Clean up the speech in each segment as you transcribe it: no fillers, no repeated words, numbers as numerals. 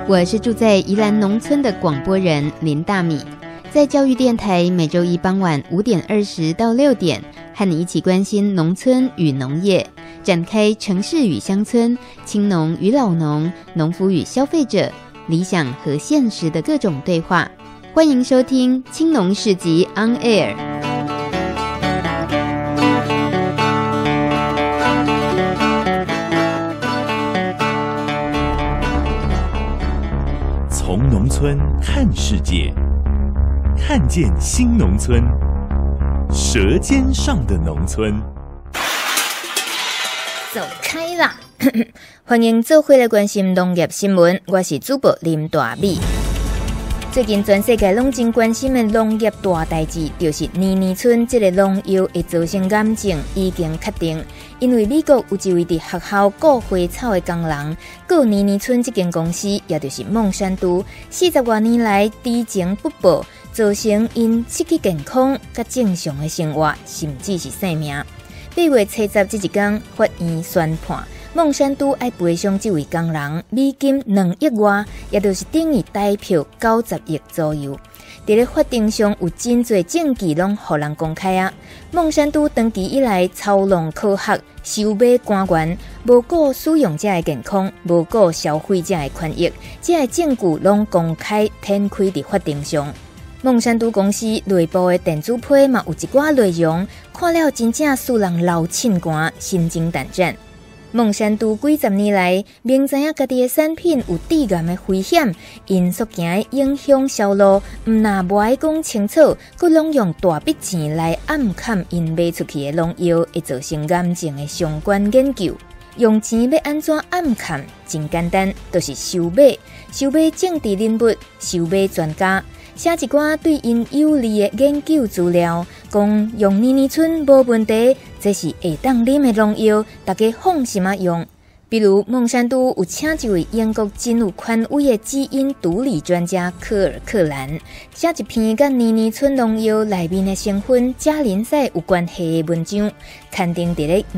我是住在宜兰农村的广播人林大米，在教育电台每周一傍晚5点20到6点，和你一起关心农村与农业，展开城市与乡村、青农与老农、农夫与消费者、理想和现实的各种对话。欢迎收听青农市集 On Air。 从农村看世界，看见新农村，舌尖上的农村。 走开啦！欢迎做回来关心农业新闻，我是主播林大米。最近全世界拢真关心的农业大代志，就是年年村这个农药会造成癌症已经确定。因为美国有一位伫学校顾花草的工人，告年年村这间公司，也就是孟山都，40多年来知情不报，造成因失去健康甲正常的生活，甚至是性命。8月70这一天，法院宣判。孟山都爱赔偿这位工人美金2亿外，也就是等于台票90亿左右。在咧法庭上有真侪证据拢互人公开啊！孟山都长期以来操弄科学、收买官员，无顾使用者的健康，无顾消费者的权益，这些证据拢公开展开伫法庭上。孟山都公司内部的电子批嘛有一寡内容，看了真正使人流凊汗、心惊胆战。孟山都几十年来，明知影家己的产品有致癌的危险，因所行的影响销路，毋但无爱讲清楚，佫拢用大笔钱来暗砍因卖出去的农药会造成癌症的相关研究。用钱要安怎暗砍？真简单，就是收买政治人物，收买专家。写一寡对因有利的研究资料，讲用年年村无问题，这是会当啉的农药，大家放心啊用。比如孟山都有请一位英国真有权威的基因毒理专家科尔克兰，写一篇甲年年村农药内面的成分钾磷噻有关系的文章，刊登伫咧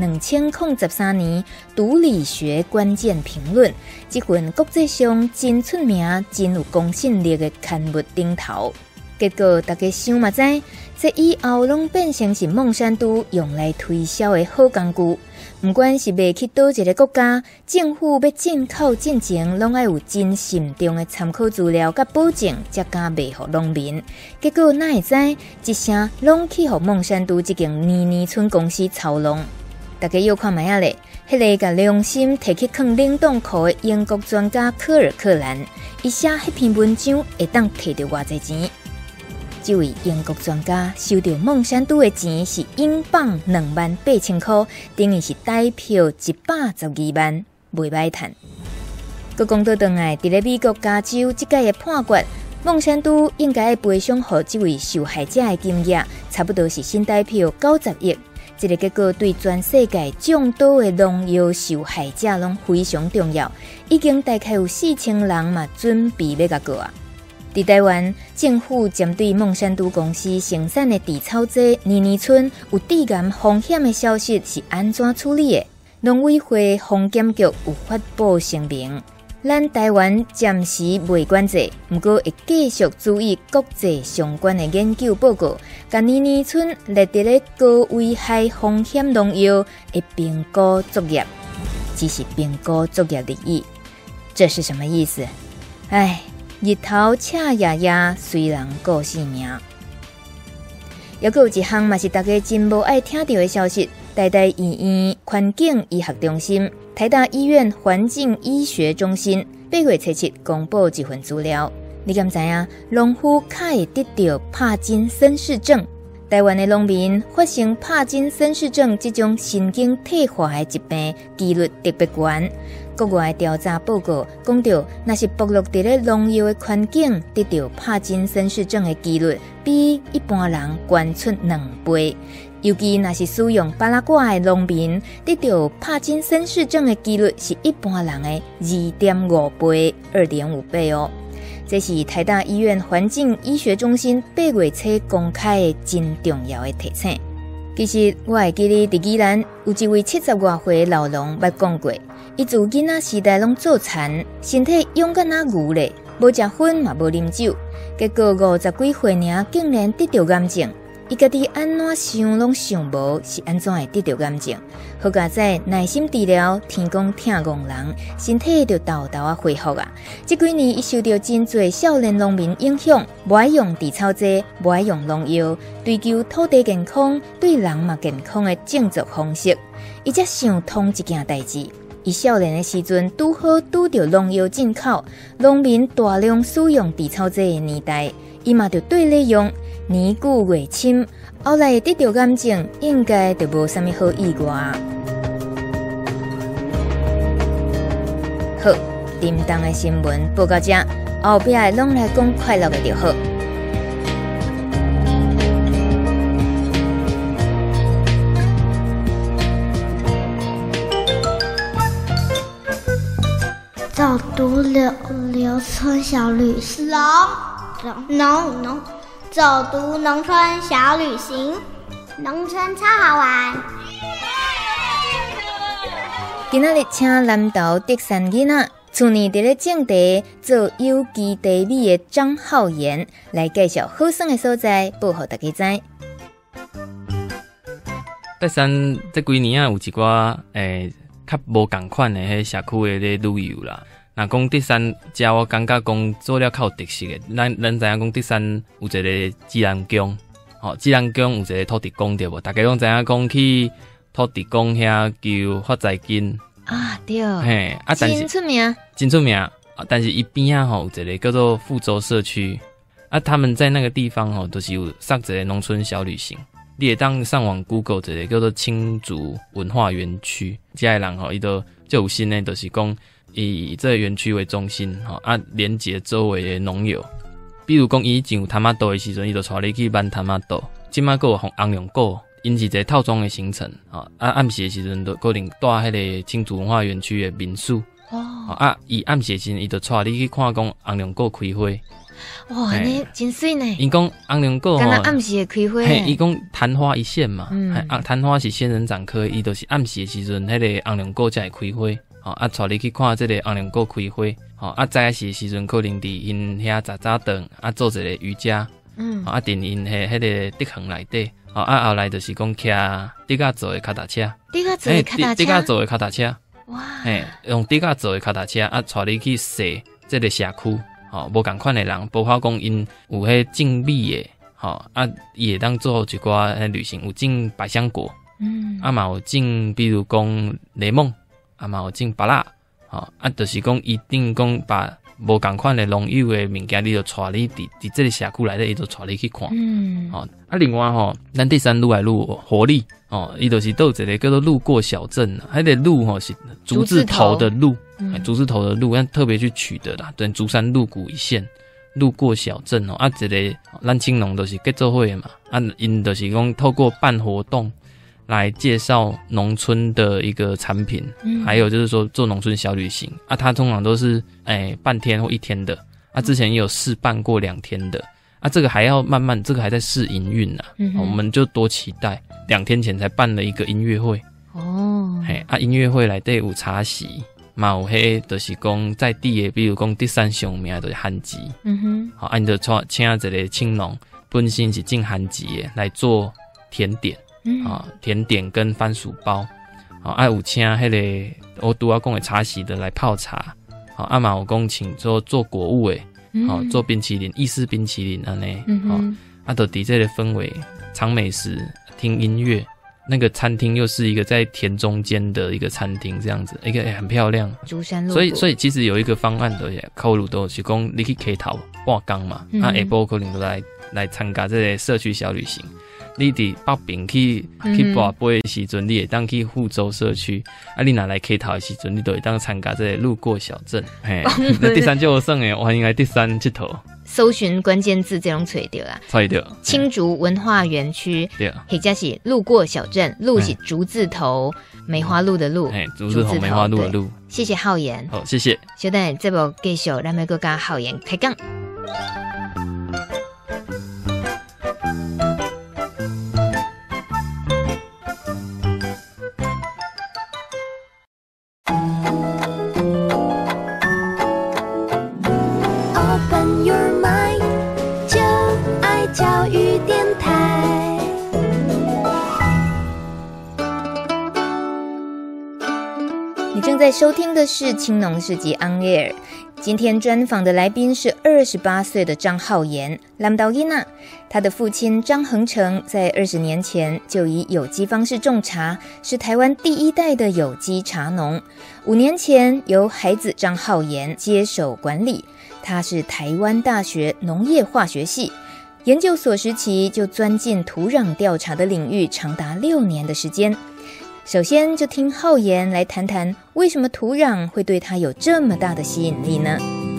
2013年毒理学关键评论这份国际上真出名、真有公信力的刊物顶头。结果大家想嘛知，这以后拢变成是孟山都用来推销的好工具。不管是卖去倒一个国家，政府要进口进前，拢要有真慎重的参考资料甲保证，才敢卖给农民。结果哪会知，一声拢去互孟山都这间年年村公司操弄。大家又看卖啊咧，迄个甲良心摕去放冷冻库的英国专家科尔克兰，伊写迄篇文章会当摕到偌济钱？这位英国专家收到孟山都的钱是英镑28000块，等于是台票112万，袂歹趁。佮讲倒转来，伫咧美国加州这届的判决，孟山都应该赔偿予这位受害者的金额，差不多是新台票90亿。这个结果对全世界众多的农药受害者拢非常重要，已经大概有4000人嘛准备要甲告啊。在台湾，政府针对孟山都公司生产的除草剂年年村有致癌风险的消息是安怎处理的？农委会防检局有发布声明，咱台湾暂时未管制，不过会继续注意国际相关的研究报告，甲年年村列伫咧高危害风险农药的评估作业，只是评估作业而已。这是什么意思？日头赤呀呀，虽然顾性命。还有一项嘛是大家真无爱听到的消息，台大医院环境医学中心、台大医院环境医学中心8月7日公布一份资料，你敢知影农夫较会得到帕金森氏症？台湾的农民发生帕金森氏症这种神经退化的疾病几率特别高。国外调查报告讲到，若是暴露伫咧农药的环境，得到帕金森氏症的几率比一般人高出2倍。尤其若是使用巴拉圭的农民，得到帕金森氏症的几率是一般人的2.5倍、2.5倍哦。这是台大医院环境医学中心8月初公开的真重要的提醒。 其实我会记得伫宜兰有一位70外岁老农捌讲过，伊自囡仔时代拢做田，身体勇敢啊牛咧，无食薰嘛无啉酒，结果50几岁尔竟然得着癌症。伊家己安怎想拢想无是安怎会得着癌症。好佳在耐心治疗，天公疼憨人，身体就豆豆啊恢复啊。这几年伊受到真侪少年农民影响，无爱用除草剂，无爱用农药，追求土地健康、对人嘛健康的种植方式。伊才想通一件代志。伊少年的时阵，拄好拄着农药进口，农民大量使用除草剂的年代，伊嘛就对咧用。年久月深，后来得到癌症，应该就无啥物好意外。好，林东的新闻报到这，后壁的拢来讲快乐的就好。 走读柳村小旅行，走读农村小旅行，农村超好玩。 今仔日请南投德山囡仔，去年伫咧种地做有机地米的张浩然来介绍好耍的所在，报互大家知。 德山这几年有一寡较无共款的迄社区的咧旅游啦。若讲德山，遮我感觉讲做了较有特色的。咱知影讲德山有一个自然宫，自然宫有一个土地公对无？大家拢知影讲去土地公遐求发财金啊，对， 嘿，但是真出名， 真出名。但是伊边啊有一个叫做富州社区，他们在那个地方都是有设一个农村小旅行。你会当上网 Google 一个叫做青竹文化园区，遮个人伊都就有心的，就是讲以这个园区为中心，连接周围的农友。比如讲以前有坦马岛的时阵，伊就带你去玩坦马岛。今麦还有红龙果，因是一个套装的行程。暗时的时阵，就可能住迄个青竹文化园区的民宿。伊暗时的时阵，伊就带你去看讲红龙果开花。 哇，你真水呢！ 因讲红龙果，敢若暗时会开花。 嘿，伊讲昙花一现嘛，昙花是仙人掌科，伊就是暗时的时阵，迄个红龙果才会开花。带你去看这个红龙果开花。早时的时阵，可能伫因遐早顿，做一个瑜伽。伫因迄个德行内底。后来就是讲骑竹仔做的脚踏车。 竹仔做的脚踏车。 竹仔做的脚踏车。 哇！ 嘿，用竹仔做的脚踏车，带你去踅这个社区。无共款的人，包括讲因有迄种米的，伊会当做一寡旅行，有种百香果，嘛有种，比如讲柠檬，嘛有种芭乐，就是讲一定讲把无共款的农友的物件，你就带你伫这个社区内底，伊就带你去看。另外咱德山愈来愈活力，伊就是都有一个叫做路过小镇，迄个路是竹字头的路。竹字头的路，咱特别去取的啦。对，竹山路谷一线，路过小镇一个咱青农都是结做伙的嘛。因就是讲透过办活动来介绍农村的一个产品，还有就是说做农村小旅行它通常都是半天或一天的。之前也有试办过2天的。这个还要慢慢，这个还在试营运啊。我们就多期待。2天前才办了一个音乐会。音乐会内底有茶席。嘛有迄，就是讲在地的，比如讲德山上名就是番薯，因就请一个青农，本身是种番薯的来做甜点，甜点跟番薯包，有请迄个我拄仔讲的茶席的来泡茶，嘛有讲请做果物的，做冰淇淋，意式冰淇淋安尼，就伫这个氛围，尝美食，听音乐。那个餐厅又是一个在田中间的一个餐厅，这样子一个很漂亮。 竹山路， 所以其实有一个方案的考虑都是讲你去溪头半工嘛，下晡可能都来参加这个社区小旅行。你伫北平去跋杯的时阵，你会当去富州社区；你若来溪头的时阵，你就会当参加这个路过小镇。那第三就有算诶，欢迎来第三佚佗。 搜寻关键字这种找到啦， 找到青竹文化园区， 对， 或者是路过小镇，路是竹字头，梅花鹿的鹿， 竹字头梅花鹿的鹿。 谢谢浩然， 好，谢谢。 小等这部继续，咱们再跟浩然开讲。 在收听的是青农市集 On Air， 今天专访的来宾是28岁的张浩言，南投囡仔。他的父亲张恒成在20年前就以有机方式种茶，是台湾第一代的有机茶农。5年前由孩子张浩言接手管理，他是台湾大学农业化学系。研究所时期就钻进土壤调查的领域，长达6年的时间。首先就听浩言来谈谈，为什么土壤会对他有这么大的吸引力呢？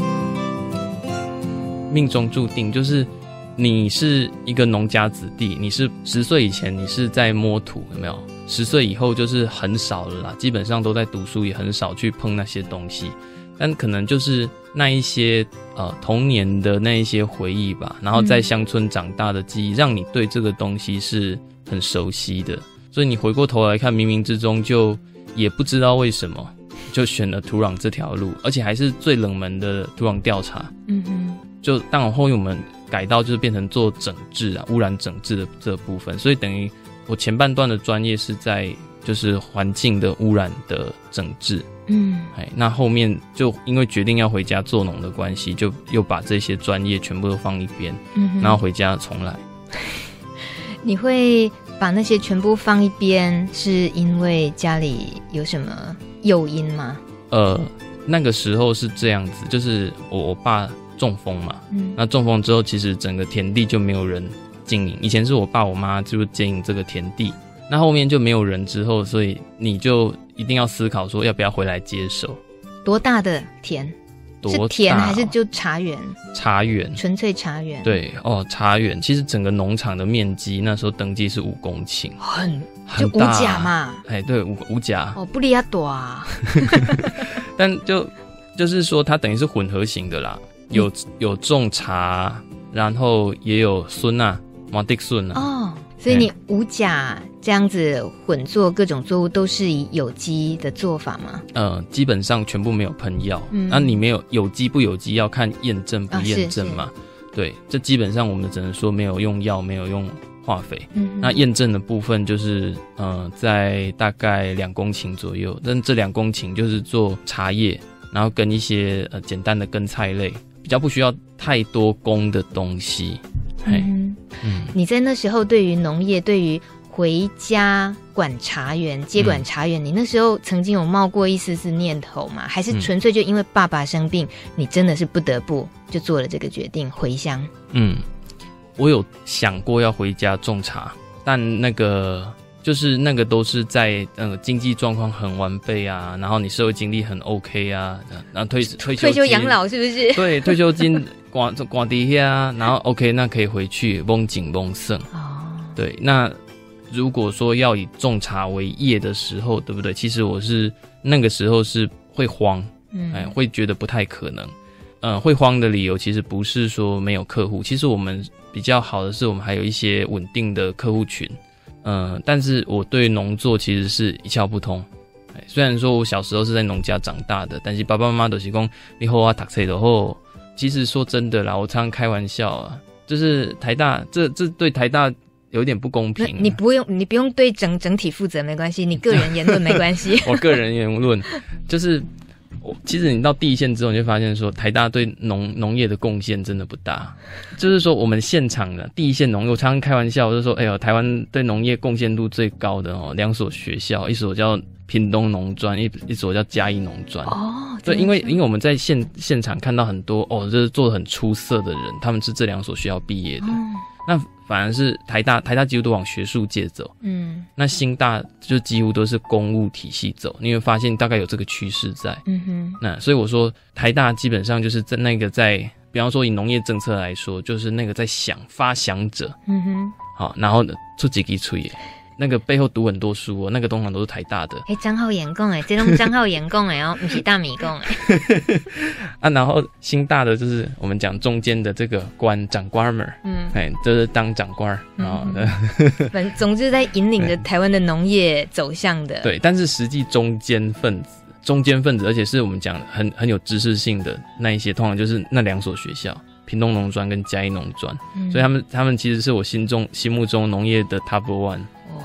命中注定就是你是一个农家子弟，你是10岁以前你是在摸土，有没有？10岁以后就是很少了啦，基本上都在读书，也很少去碰那些东西。但可能就是那一些童年的那一些回忆吧，然后在乡村长大的记忆，让你对这个东西是很熟悉的。所以你回过头来看，冥冥之中就也不知道为什么就选了土壤这条路，而且还是最冷门的土壤调查。就当然后面我们改到就是变成做整治啊，污染整治的这部分，所以等于我前半段的专业是在就是环境的污染的整治。那后面就因为决定要回家做农的关系，就又把这些专业全部都放一边，然后回家重来。 你会把那些全部放一边，是因为家里有什么诱因吗？ 那个时候是这样子，就是我爸中风嘛，那中风之后，其实整个田地就没有人经营。以前是我爸我妈就经营这个田地，那后面就没有人之后，所以你就一定要思考说要不要回来接手。 多大的田？是田还是就茶园？ 茶园， 纯粹茶园。 对哦，茶园其实整个农场的面积那时候登记是5公顷， 很大， 就五甲嘛。 对，五甲。 不离啊多啊。 但就是说它等于是混合型的啦，有种茶，然后也有笋啊，麻地笋啊。 所以你5甲这样子混做各种作物都是以有机的做法吗？ 基本上全部没有喷药。那你没有有机不有机要看验证不验证嘛。对，这基本上我们只能说没有用药，没有用化肥。那验证的部分就是在大概2公顷左右，但这2公顷就是做茶叶，然后跟一些简单的根菜类，比较不需要太多工的东西。 你在那时候对于农业，对于回家管茶园、接管茶园，你那时候曾经有冒过一丝丝念头吗？还是纯粹就因为爸爸生病，你真的是不得不就做了这个决定回乡？ 我有想过要回家种茶，但那个都是在经济状况很完备啊，然后你社会经历很 OK 啊，然后退休养老是不是？ 对，退休金挂底下，然后 OK， 那可以回去蒙景蒙胜。对，那如果说要以种茶为业的时候，对不对？其实我是那个时候是会慌，会觉得不太可能。会慌的理由其实不是说没有客户，其实我们比较好的是我们还有一些稳定的客户群。但是我对农作其实是一窍不通。虽然说我小时候是在农家长大的，但是爸爸妈妈都是说你好啊读册就好。其实说真的啦，我常常开玩笑啊，就是台大这对台大有点不公平。 你不用对整体负责没关系，你个人言论没关系。 我个人言论就是其实你到第一线之后，你就发现说台大对农业的贡献真的不大。就是说我们现场的第一线农业，我常常开玩笑，我就说台湾对农业贡献度最高的2所学校，一所叫屏东农专，一所叫嘉义农专。对，因为我们在现场看到很多就是做得很出色的人，他们是这2所学校毕业的。那反而是台大几乎都往学术界走，那新大就几乎都是公务体系走，你会发现大概有这个趋势在。那所以我说台大基本上就是在比方说以农业政策来说，就是那个在发想者，好，然后出几支嘴，那个背后读很多书那个通常都是台大的。 张浩言讲这种张浩言讲不是大米讲然后新大的就是我们讲中间的这个长官们，就是当长官，然后总之在引领着台湾的农业走向的。 对，但是实际中间分子，而且是我们讲很有知识性的那一些，通常就是那2所学校。屏东农专跟嘉义农专，所以他们其实是我心目中农业的 top one。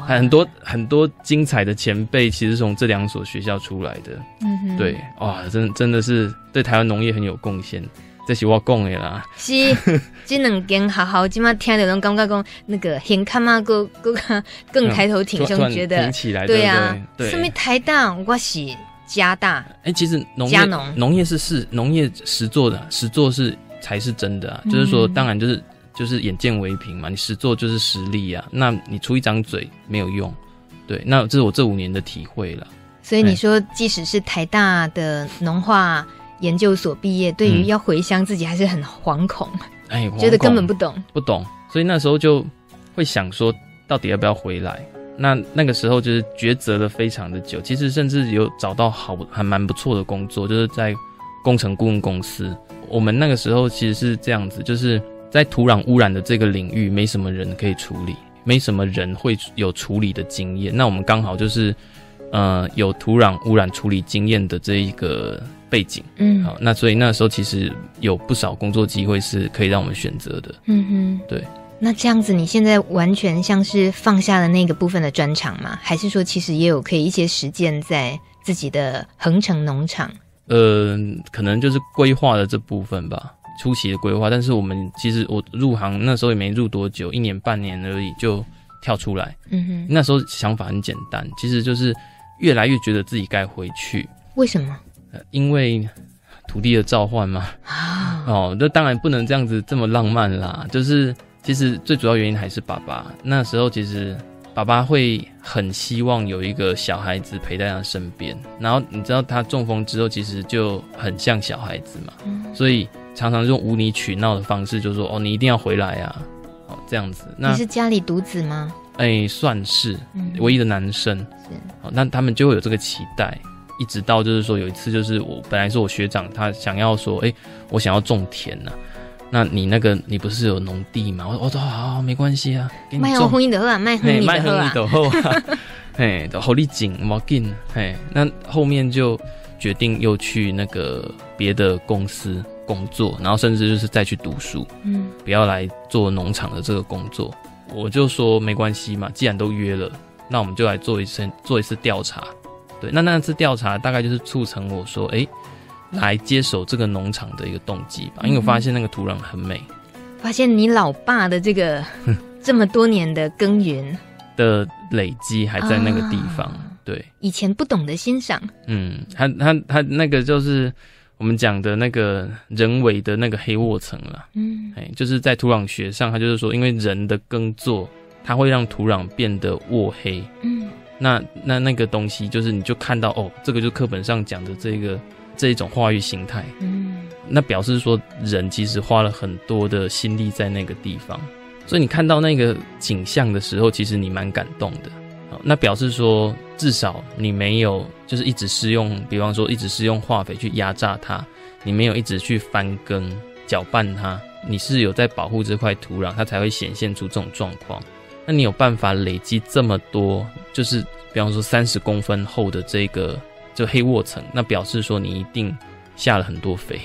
很多很多精彩的前辈其实从这2所学校出来的。对，哇，真的是对台湾农业很有贡献。这是我讲的啦。 是，这2间学校今嘛听到拢感觉讲那个很看嘛，更抬头挺胸，觉得挺起来。 对啊， 对。 什么台大，我是加大。 其实农业是农业实做的，实做才是真的啊。就是说，当然就是眼见为凭嘛，你实做就是实力啊。那你出一张嘴没有用。对，那这是我这5年的体会了。 所以你说，即使是台大的农化研究所毕业，对于要回乡自己还是很惶恐，觉得根本不懂， 所以那时候就会想说，到底要不要回来？那个时候就是抉择了非常的久，其实甚至有找到还蛮不错的工作，就是在工程顾问公司。我们那个时候其实是这样子，就是在土壤污染的这个领域，没什么人可以处理，没什么人会有处理的经验。那我们刚好就是有土壤污染处理经验的这一个背景，好，那所以那时候其实有不少工作机会是可以让我们选择的。对。 那这样子，你现在完全像是放下了那个部分的专长吗？还是说其实也有可以一些实践在自己的恒成农场？ 可能就是规划的这部分吧，初期的规划。但是其实我入行那时候也没入多久，1年半年而已就跳出来。那时候想法很简单，其实就是越来越觉得自己该回去。 为什么？ 因为土地的召唤嘛。这当然不能这样子这么浪漫啦，就是其实最主要原因还是爸爸。那时候其实爸爸会很希望有一个小孩子陪在他身边，然后你知道他中风之后其实就很像小孩子嘛，所以常常用无理取闹的方式就说你一定要回来啊，这样子。那你是家里独子吗？ 算是唯一的男生。那他们就会有这个期待，一直到就是说有一次就是本来是我学长他想要说我想要种田啊，那你不是有农地吗？我说好，没关系啊，给你种。卖婚姻的好啊，卖婚姻的好啊， 都好你紧，没紧。那后面就决定又去那个别的公司工作，然后甚至就是再去读书，不要来做农场的这个工作。我就说没关系嘛，既然都约了，那我们就来做一次调查。对，那次调查大概就是促成我说来接手这个农场的一个动机吧，因为我发现那个土壤很美， 发现你老爸的这个这么多年的耕耘的累积还在那个地方。对， 以前不懂得欣赏。 他那个就是我们讲的那个人为的那个黑沃层啦。就是在土壤学上，他就是说，因为人的耕作，它会让土壤变得沃黑。那个东西就是你就看到这个就是课本上讲的这一种化育形态。那表示说人其实花了很多的心力在那个地方，所以你看到那个景象的时候，其实你蛮感动的。那表示说至少你没有就是一直施用，比方说一直施用化肥去压榨它，你没有一直去翻耕搅拌它，你是有在保护这块土壤，它才会显现出这种状况。那你有办法累积这么多，就是比方说30公分厚的这个就黑沃层，那表示说你一定下了很多肥。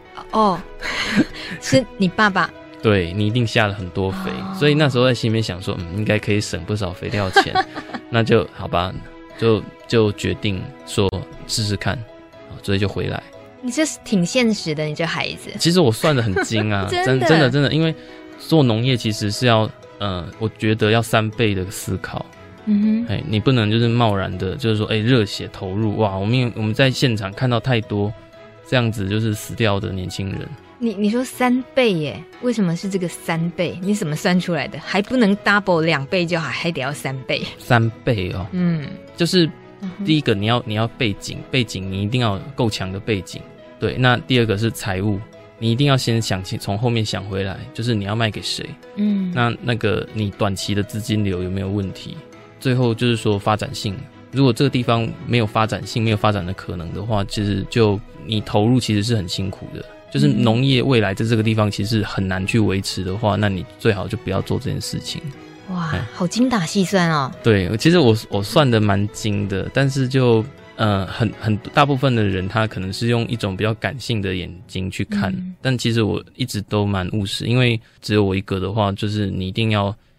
是你爸爸？ 对，你一定下了很多肥，所以那时候在心里面想说，应该可以省不少肥料钱，那就好吧，就决定说试试看，所以就回来。 你这是挺现实的，你这孩子。 其实我算得很精啊，真的，因为做农业其实是要，我觉得要3倍的思考。你不能就是贸然的，就是说，热血投入，哇，我们在现场看到太多这样子就是死掉的年轻人。 你说3倍耶？为什么是这个3倍？你怎么算出来的？还不能 double 2倍就好，还得要3倍 ？3倍哦，就是第一个你要背景你一定要有够强的背景，对。那第二个是财务，你一定要先想清，从后面想回来，就是你要卖给谁？那个你短期的资金流有没有问题？最后就是说发展性，如果这个地方没有发展性，没有发展的可能的话，其实就你投入其实是很辛苦的。就是农业未来在这个地方其实很难去维持的话，那你最好就不要做这件事情。 哇，好精打细算哦。 对，其实我算得蛮精的，但是就很大部分的人他可能是用一种比较感性的眼睛去看，但其实我一直都蛮务实，因为只有我一个的话，就是你一定要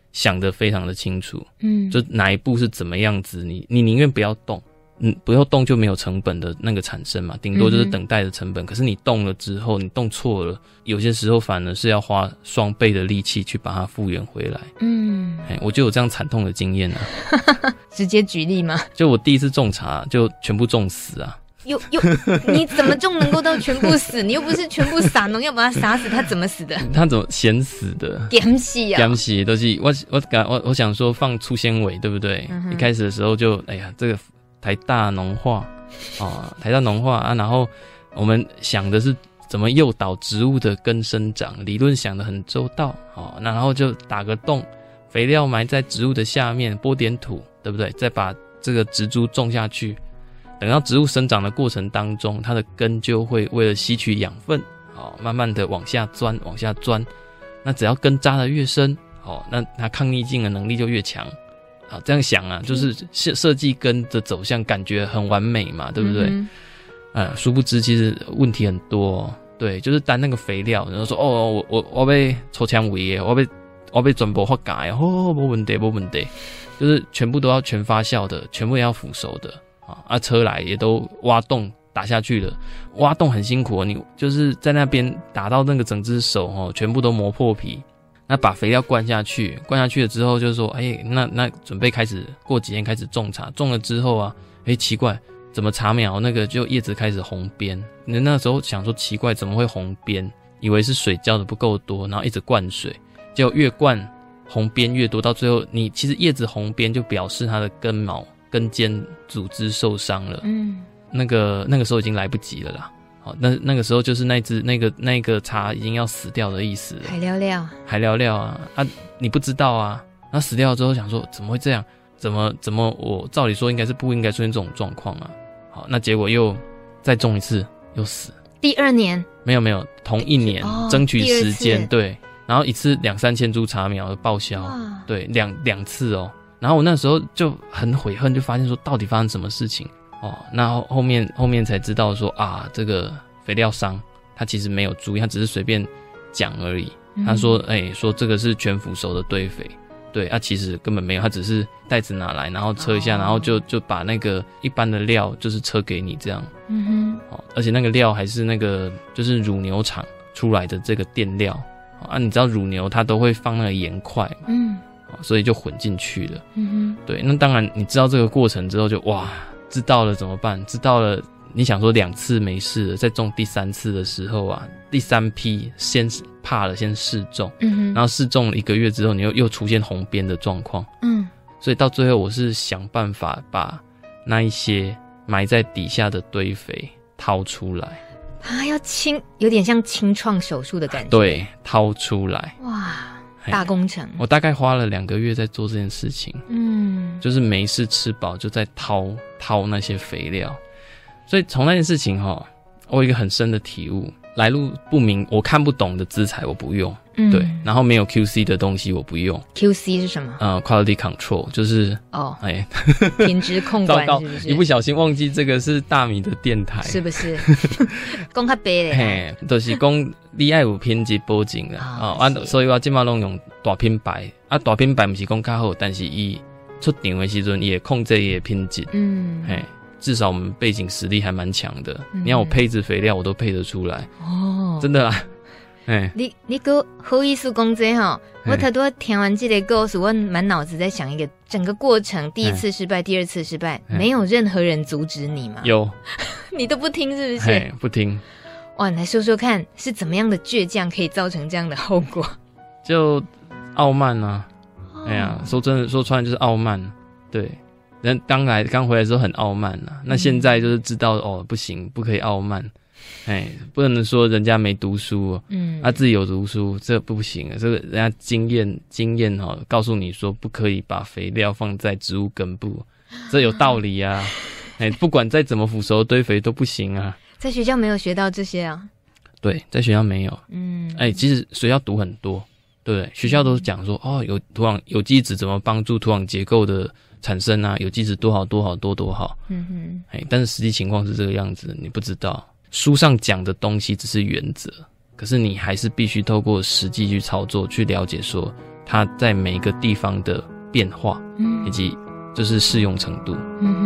想得非常的清楚，就哪一步是怎么样子，你宁愿不要动，不要动就没有成本的那个产生嘛，顶多就是等待的成本。可是你动了之后，你动错了，有些时候反而是要花双倍的力气去把它复原回来。我就有这样惨痛的经验啊。 直接举例吗？ 就我第一次种茶就全部种死啊。 又你怎么种能够到全部死？你又不是全部撒农药把它撒死，它怎么死的？ 它怎么咸死的？ 咸死啊！ 咸死都是我想说放粗纤维，对不对？一开始的时候就哎呀，这个台大农化台大农化啊，然后我们想的是怎么诱导植物的根生长，理论想得很周到那然后就打个洞，肥料埋在植物的下面，拨点土，对不对？再把这个植株种下去。等到植物生长的过程当中，它的根就会为了吸取养分，慢慢的往下钻。那只要根扎得越深，那它抗逆境的能力就越强。这样想啊，就是设计根的走向感觉很完美嘛，对不对？殊不知其实问题很多对，就是单那个肥料，然后说我被抽枪尾耶，我被转播发改没问题，就是全部都要全发酵的，全部也要腐熟的。车来也都挖洞打下去了，挖洞很辛苦你就是在那边打到那个整只手全部都磨破皮。那把肥料灌下去了之后，就说那准备开始过几天开始种茶，种了之后啊，奇怪，怎么茶苗那个就叶子开始红边？你那时候想说奇怪，怎么会红边？以为是水浇的不够多，然后一直灌水，结果越灌红边越多，到最后你其实叶子红边就表示它的根尖组织受伤了，那个时候已经来不及了啦。那个时候就是那个茶已经要死掉的意思了。海聊聊啊，你不知道啊。那死掉之后想说怎么会这样？怎么我照理说应该是不应该出现这种状况啊？好，那结果又再种一次又死。 第二年没有同一年，争取时间对，然后一次2-3千株茶苗的报销，对，两次然后我那时候就很悔恨，就发现说到底发生什么事情那后面才知道说这个肥料商他其实没有注意，他只是随便讲而已。他说说这个是全腐熟的堆肥，对其实根本没有，他只是袋子拿来然后测一下，然后就把那个一般的料就是测给你这样。而且那个料还是那个就是乳牛场出来的这个垫料你知道乳牛它都会放那个盐块嘛，所以就混进去了。对，那当然你知道这个过程之后就哇，知道了怎么办？知道了，你想说2次没事了，再种第3次的时候啊，第3批先怕了，先试种，然后试种了1个月之后，你又出现红边的状况，所以到最后我是想办法把那一些埋在底下的堆肥掏出来。 要有点像清创手术的感觉。 对，掏出来。 哇！大工程， 我大概花了2个月在做这件事情。就是没事吃饱就在掏那些肥料，所以从那件事情我有一个很深的体悟：来路不明、我看不懂的资材我不用，对，然后没有 QC 的东西我不用。 QC 是什么 ？Quality Control 就是品质控管是不是？ 一不小心忘记这个是大米的电台， 是不是？讲较白咧， 就是讲你要有品质保证啦所以我现在都用大品牌大品牌不是讲较好，但是伊出场的时候也控制伊的品质，至少我们背景实力还蛮强的。你要我配置肥料我都配得出来真的啦。 你哥好意思讲这我太多听完这个故事，我满脑子在想一个整个过程，第1次失败，第2次失败，没有任何人阻止你吗？ 有你都不听是不是？ 不听。 哇，你来说说看，是怎么样的倔强可以造成这样的后果？ 就傲慢啊。说真的，说穿就是傲慢。对，人刚回来的时候很傲慢啊，那现在就是知道不行，不可以傲慢。不能说人家没读书他自己有读书，这不行。这个人家经验告诉你说不可以把肥料放在植物根部，这有道理啊。不管再怎么腐熟堆肥都不行啊。 在学校没有学到这些啊？ 对，在学校没有。其实学校读很多，对不对？学校都是讲说有土壤有机质怎么帮助土壤结构的产生啊，有机质多好多好多好。但是实际情况是这个样子，你不知道。书上讲的东西只是原则，可是你还是必须透过实际去操作，去了解说它在每一个地方的变化，以及就是适用程度。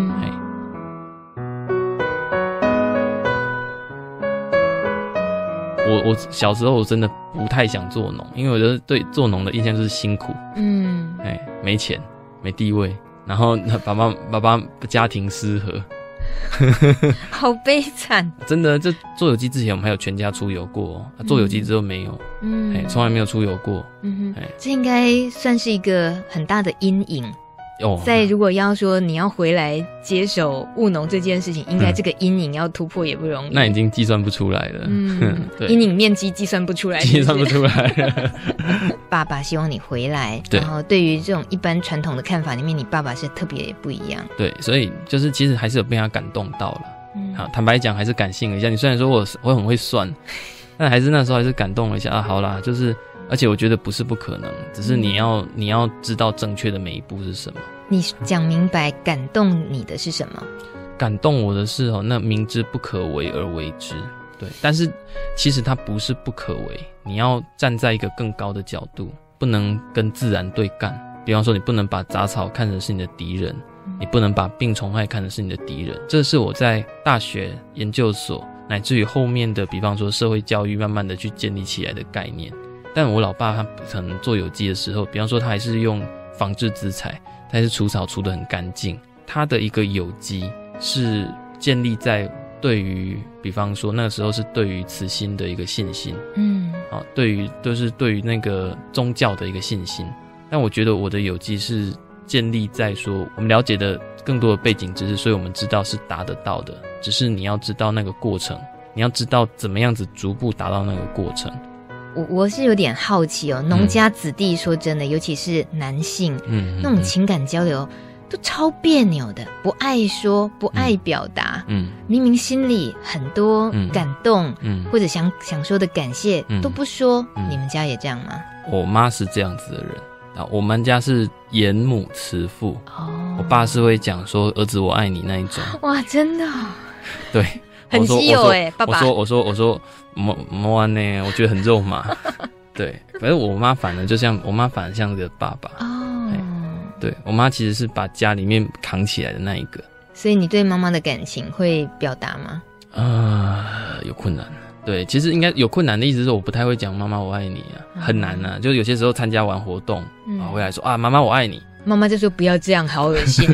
我小时候我真的不太想做农，因为我觉得对做农的印象就是辛苦，没钱没地位，然后爸爸家庭失和， 好悲惨。 真的，这做有机之前我们还有全家出游过，做有机之后没有，从来没有出游过。 这应该算是一个很大的阴影。在如果要说你要回来接手务农这件事情，应该这个阴影要突破也不容易。 那已经计算不出来了， 阴影面积计算不出来， 计算不出来。 爸爸希望你回来， 对， 然后对于这种一般传统的看法里面，你爸爸是特别不一样。 对，所以就是其实还是有被他感动到了。好，坦白讲还是感性了一下。你虽然说我很会算，但还是那时候还是感动了一下啊。好啦，就是。而且我觉得不是不可能，只是你要知道正确的每一步是什么。 你讲明白感动你的是什么？ 感动我的是那明知不可为而为之。对，但是其实它不是不可为，你要站在一个更高的角度，不能跟自然对干。比方说，你不能把杂草看成是你的敌人，你不能把病虫害看成是你的敌人。这是我在大学研究所乃至于后面的，比方说社会教育，慢慢的去建立起来的概念。但我老爸他可能做有机的时候，比方说他还是用仿制资材，他还是除草除得很干净。他的一个有机是建立在对于，比方说那个时候是对于慈心的一个信心，对于那个宗教的一个信心。但我觉得我的有机是建立在说我们了解的更多的背景知识，所以我们知道是达得到的，只是你要知道那个过程，你要知道怎么样子逐步达到那个过程。 我是有点好奇农家子弟说真的，尤其是男性，那种情感交流都超别扭的，不爱说，不爱表达，明明心里很多感动，或者想说的感谢都不说，你们家也这样吗？ 我妈是这样子的人，我们家是严母慈父，我爸是会讲说儿子我爱你那一种。 哇，真的对， 很稀有爸爸。 我说莫安呢，我觉得很肉麻。对，可是我妈反而像个爸爸。对，我妈其实是把家里面扛起来的那一个。 所以你对妈妈的感情会表达吗？ 有困难。对，其实应该有困难的意思是我不太会讲妈妈我爱你很难就有些时候参加完活动回来说妈妈我爱你， 妈妈就说不要这样，好恶心。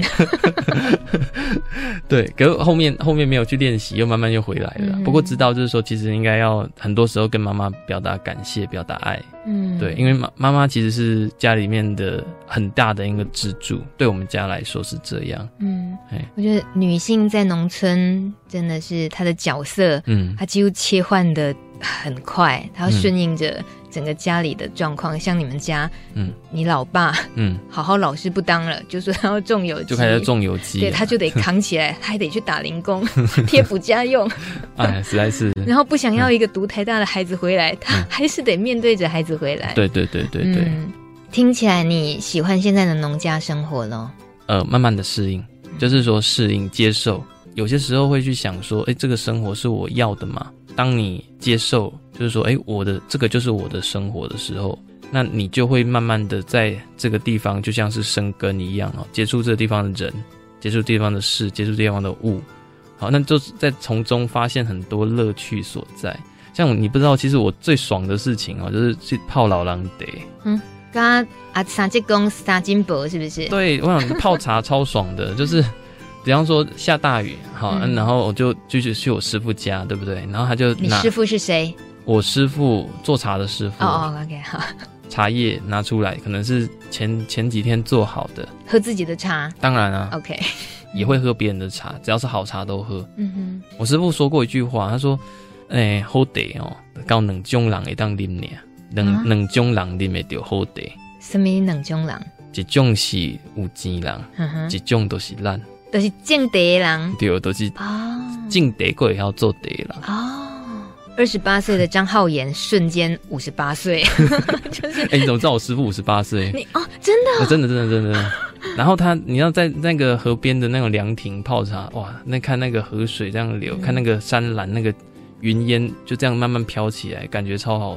对，可是后面没有去练习，又慢慢又回来了。不过知道就是说，其实应该要很多时候跟妈妈表达感谢，表达爱。对，因为妈妈其实是家里面的很大的一个支柱，对我们家来说是这样。我觉得女性在农村真的是她的角色，她几乎切换的很快，她要顺应着整个家里的状况。像你们家，你老爸，好好老师不当了，就说他要种有机，就开始种有机，对，他就得扛起来，他还得去打零工，贴补家用。实在是。然后不想要一个读台大的孩子回来，他还是得面对着孩子回来。对。听起来你喜欢现在的农家生活咯？慢慢的适应，就是说适应接受。有些时候会去想说，这个生活是我要的吗？当你接受，就是说，我的这个就是我的生活的时候，那你就会慢慢的在这个地方就像是生根一样接触这个地方的人，接触地方的事，接触地方的物，好，那就是在从中发现很多乐趣所在。像你不知道，其实我最爽的事情就是去泡老人茶。刚刚三节公三金箔是不是？对，我想泡茶超爽的，就是比方说下大雨，然后我就去我师父家，对不对？然后他就你师父是谁？我师父做茶的师父。OK 好。茶叶拿出来，可能是前几天做好的。喝自己的茶？当然啊。OK。也会喝别人的茶，只要是好茶都喝。我师父说过一句话，他说：“好茶到两种人会当啉呢。”两种人啉会到好茶。什么两种人？一种是有钱人，一种都是懒，都是种茶的人。对，都是种茶过也要做茶人。28岁的张浩然瞬间58岁，就是你怎么知道我师父58岁？你真的？真的。然后你要在那个河边的那种凉亭泡茶，哇，那看那个河水这样流，看那个山岚那个云烟就这样慢慢飘起来，感觉超好的。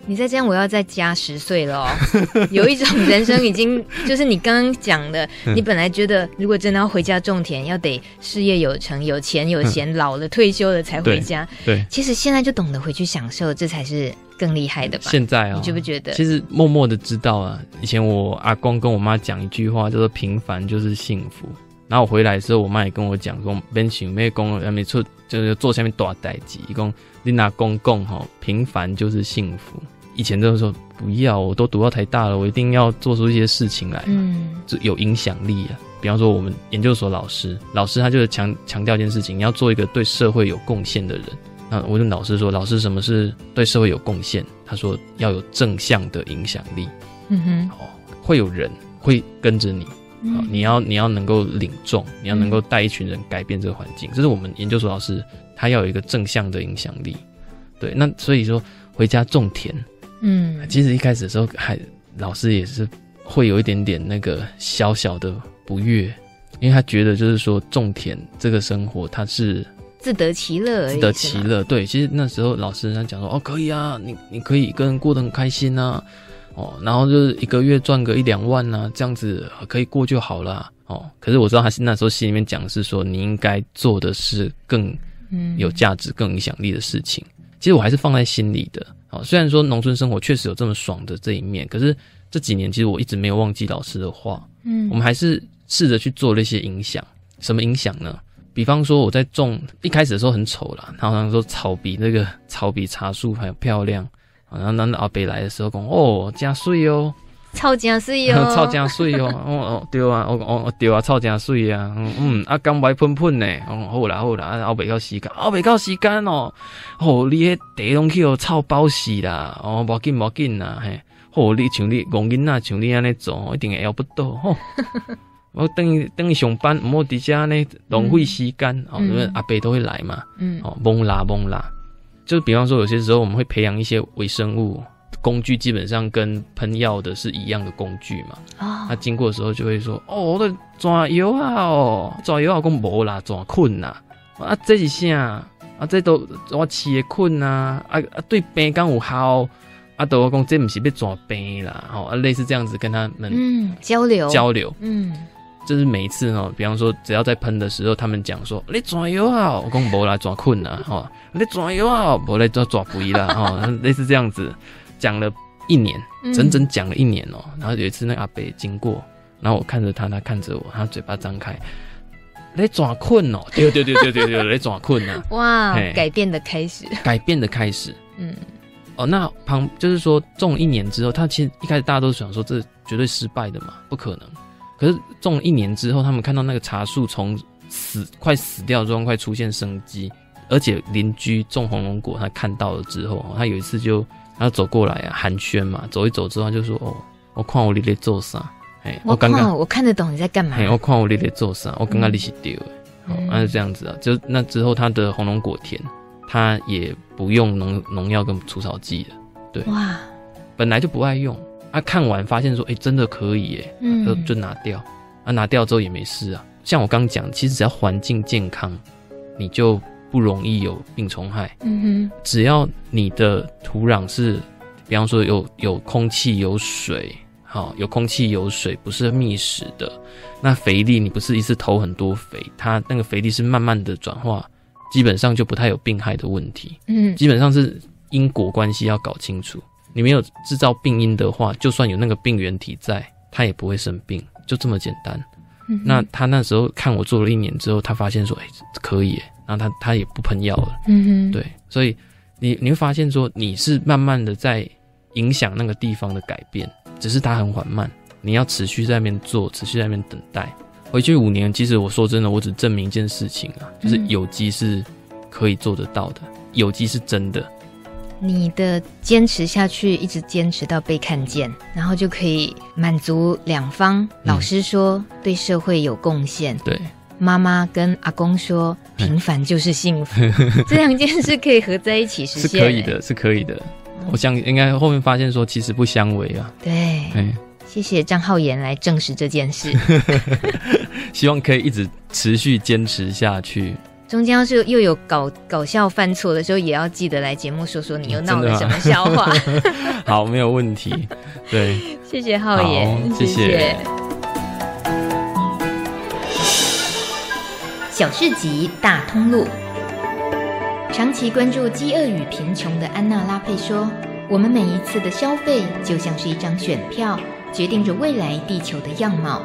你再这样，我要再加10岁了哦。有一种人生已经就是你刚刚讲的，你本来觉得如果真的要回家种田，要得事业有成、有钱有闲，老了退休了才回家。 对， 其实现在就懂得回去享受，这才是更厉害的吧？ 现在你觉不觉得？ 其实默默的知道啊。以前我阿公跟我妈讲一句话，叫做“平凡就是幸福”。然后我回来的时候，我妈也跟我讲说，别想要讲还没出，就是做下面大代志。讲你拿公讲吼，平凡就是幸福。以前都说不要，我都读到台大了，我一定要做出一些事情来，就有影响力啊。比方说我们研究所老师他就是强调一件事情，你要做一个对社会有贡献的人。那我跟老师说，老师什么是对社会有贡献？他说要有正向的影响力。会有人会跟着你。你要能够领众，你要能够带一群人改变这个环境，这是我们研究所老师他要有一个正向的影响力。对，那所以说回家种田，其实一开始的时候老师也是会有一点点那个小小的不悦，因为他觉得就是说种田这个生活他是自得其乐而已， 自得其乐。对，其实那时候老师他讲说，可以啊，你可以一个人过得很开心啊。然后就是一个月赚个1-2万啊，这样子可以过就好了。可是我知道他那时候心里面讲的是说，你应该做的是更有价值、更影响力的事情。其实我还是放在心里的。虽然说农村生活确实有这么爽的这一面，可是这几年其实我一直没有忘记老师的话。我们还是试着去做了一些影响。什么影响呢？比方说我在种一开始的时候很丑啦，然后说草比茶树还漂亮。然后那阿伯来的时候讲，真水哦， 草真水哦， 草真水哦，对啊，对啊，草真水啊，刚白喷喷呢，好啦，后未到时间哦，你迄地拢去草包死啦，无紧啦，嘿，你像你戆囡仔像你安尼做，一定会摇不到，我等你上班，唔好伫遮呢浪费时间，因为阿伯都会来嘛，蒙啦。就比方说有些时候我们会培养一些微生物工具，基本上跟喷药的是一样的工具嘛。他经过的时候就会说，我抓药啊，抓药啊，讲无啦，抓菌啦。这是啥？这都我饲的菌啊，对病敢有效？都我讲这不是要抓病啦，类似这样子跟他们交流。 就是每一次比方说只要在喷的时候，他们讲说你抓药啊，我讲无啦，抓菌啊，你抓药啊，无来抓肥啦，类似这样子讲了1年，整整讲了1年然后有一次那个阿伯经过，然后我看着他，他看着我，他嘴巴张开，你抓菌哦，对，你抓菌啊， 哇，改变的开始， 那就是说种1年之后，他其实一开始大家都想说这绝对失败的嘛，不可能。可是种了1年之后，他们看到那个茶树从快死掉的状况快出现生机，而且邻居种红龙果，他看到了之后，他有一次他走过来寒暄嘛，走一走之后他就说，我看我你在做啥， 我看得懂你在干嘛， 我看我你在做啥，我刚刚你是对的，那是这样子啊。就那之后他的红龙果田，他也不用农药跟除草剂了，对，哇，本来就不爱用。看完发现说，真的可以耶，就拿掉，拿掉之后也没事啊。像我刚讲，其实只要环境健康，你就不容易有病虫害。只要你的土壤是，比方说有空气有水，有空气有水，不是密实的，那肥力你不是一次投很多肥，它那个肥力是慢慢的转化，基本上就不太有病害的问题。基本上是因果关系要搞清楚。你没有制造病因的话，就算有那个病原体在，他也不会生病，就这么简单。那他那时候看我做了1年之后，他发现说，可以耶，然后他也不喷药了。对，所以你会发现说，你是慢慢的在影响那个地方的改变，只是它很缓慢，你要持续在那边做，持续在那边等待。回去5年，其实我说真的，我只证明一件事情啊，就是有机是可以做得到的，有机是真的。 你的坚持下去，一直坚持到被看见，然后就可以满足两方。老师说对社会有贡献， 对， 妈妈跟阿公说平凡就是幸福，这2件事可以合在一起实现， 是可以的。我想应该后面发现说其实不相违啊。 对，谢谢张浩言来证实这件事。 希望可以一直持续坚持下去。 中间要是又有搞笑犯错的时候，也要记得来节目说说你又闹了什么笑话。 好，没有问题。对， 谢谢浩言， 谢谢。 小市集大通路，长期关注饥饿与贫穷的安娜拉佩说，我们每一次的消费就像是一张选票，决定着未来地球的样貌。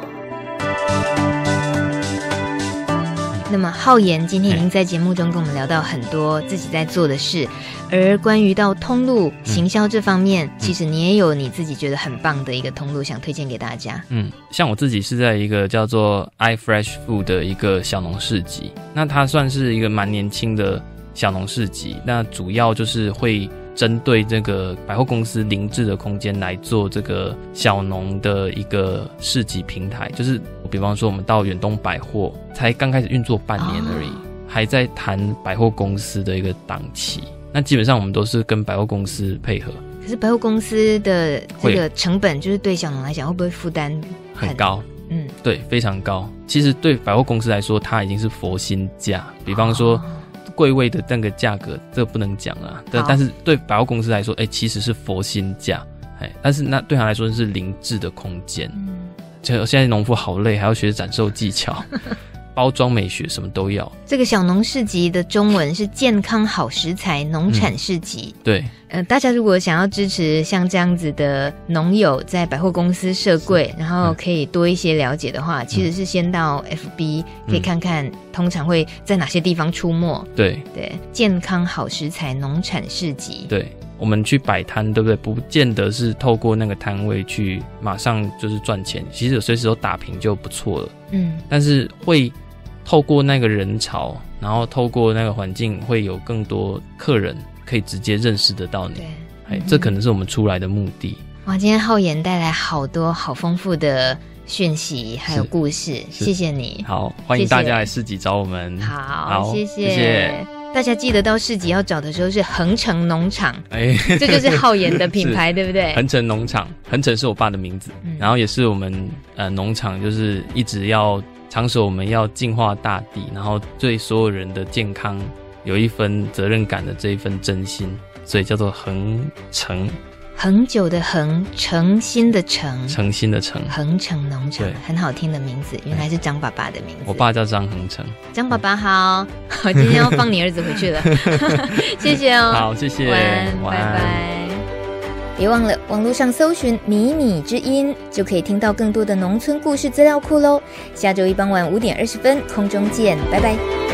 那么浩言今天已经在节目中跟我们聊到很多自己在做的事，而关于到通路行销这方面，其实你也有你自己觉得很棒的一个通路想推荐给大家。 像我自己是在一个叫做 iFresh Food 的一个小农市集，那它算是一个蛮年轻的小农市集，那主要就是会针对这个百货公司零制的空间来做这个小农的一个市集平台，就是比方说我们到远东百货才刚开始运作半年而已，还在谈百货公司的一个档期，那基本上我们都是跟百货公司配合。 可是百货公司的这个成本，就是对小农来讲会不会负担很高？对，非常高。其实对百货公司来说，它已经是佛心价，比方说柜位的那个价格，这个不能讲啊。但是对百货公司来说，其实是佛心价，但是那对他来说是零制的空间。现在农夫好累，还要学展售技巧。包装美学什么都要。 这个小农市集的中文是健康好食材农产市集。 对， 大家如果想要支持像这样子的农友在百货公司设柜，然后可以多一些了解的话，其实是先到 FB 可以看看通常会在哪些地方出没。 对对，健康好食材农产市集。 对，我们去摆摊，对不对？不见得是透过那个摊位去马上就是赚钱，其实有随时都打平就不错了。但是会透过那个人潮，然后透过那个环境，会有更多客人可以直接认识得到你。对，这可能是我们出来的目的。 哇，今天浩言带来好多好丰富的讯息还有故事，谢谢你。 好，欢迎大家来市集找我们。 好，谢谢。大家记得到市集要找的时候是恒城农场，这就是浩言的品牌，对不对？ 恒城农场，恒城是我爸的名字，然后也是我们农场，就是一直要长守我们要净化大地，然后对所有人的健康有一份责任感的这一份真心，所以叫做恒城。 恒久的恒，诚心的诚， 诚心的诚， 恒城农场，很好听的名字，原来是张爸爸的名字。 我爸叫张恒成。 张爸爸好，好，今天要放你儿子回去了，谢谢哦。 好，谢谢， 晚安，拜拜。别忘了网络上搜寻米米之音，就可以听到更多的农村故事资料库咯。下周一傍晚5点20分空中见，拜拜。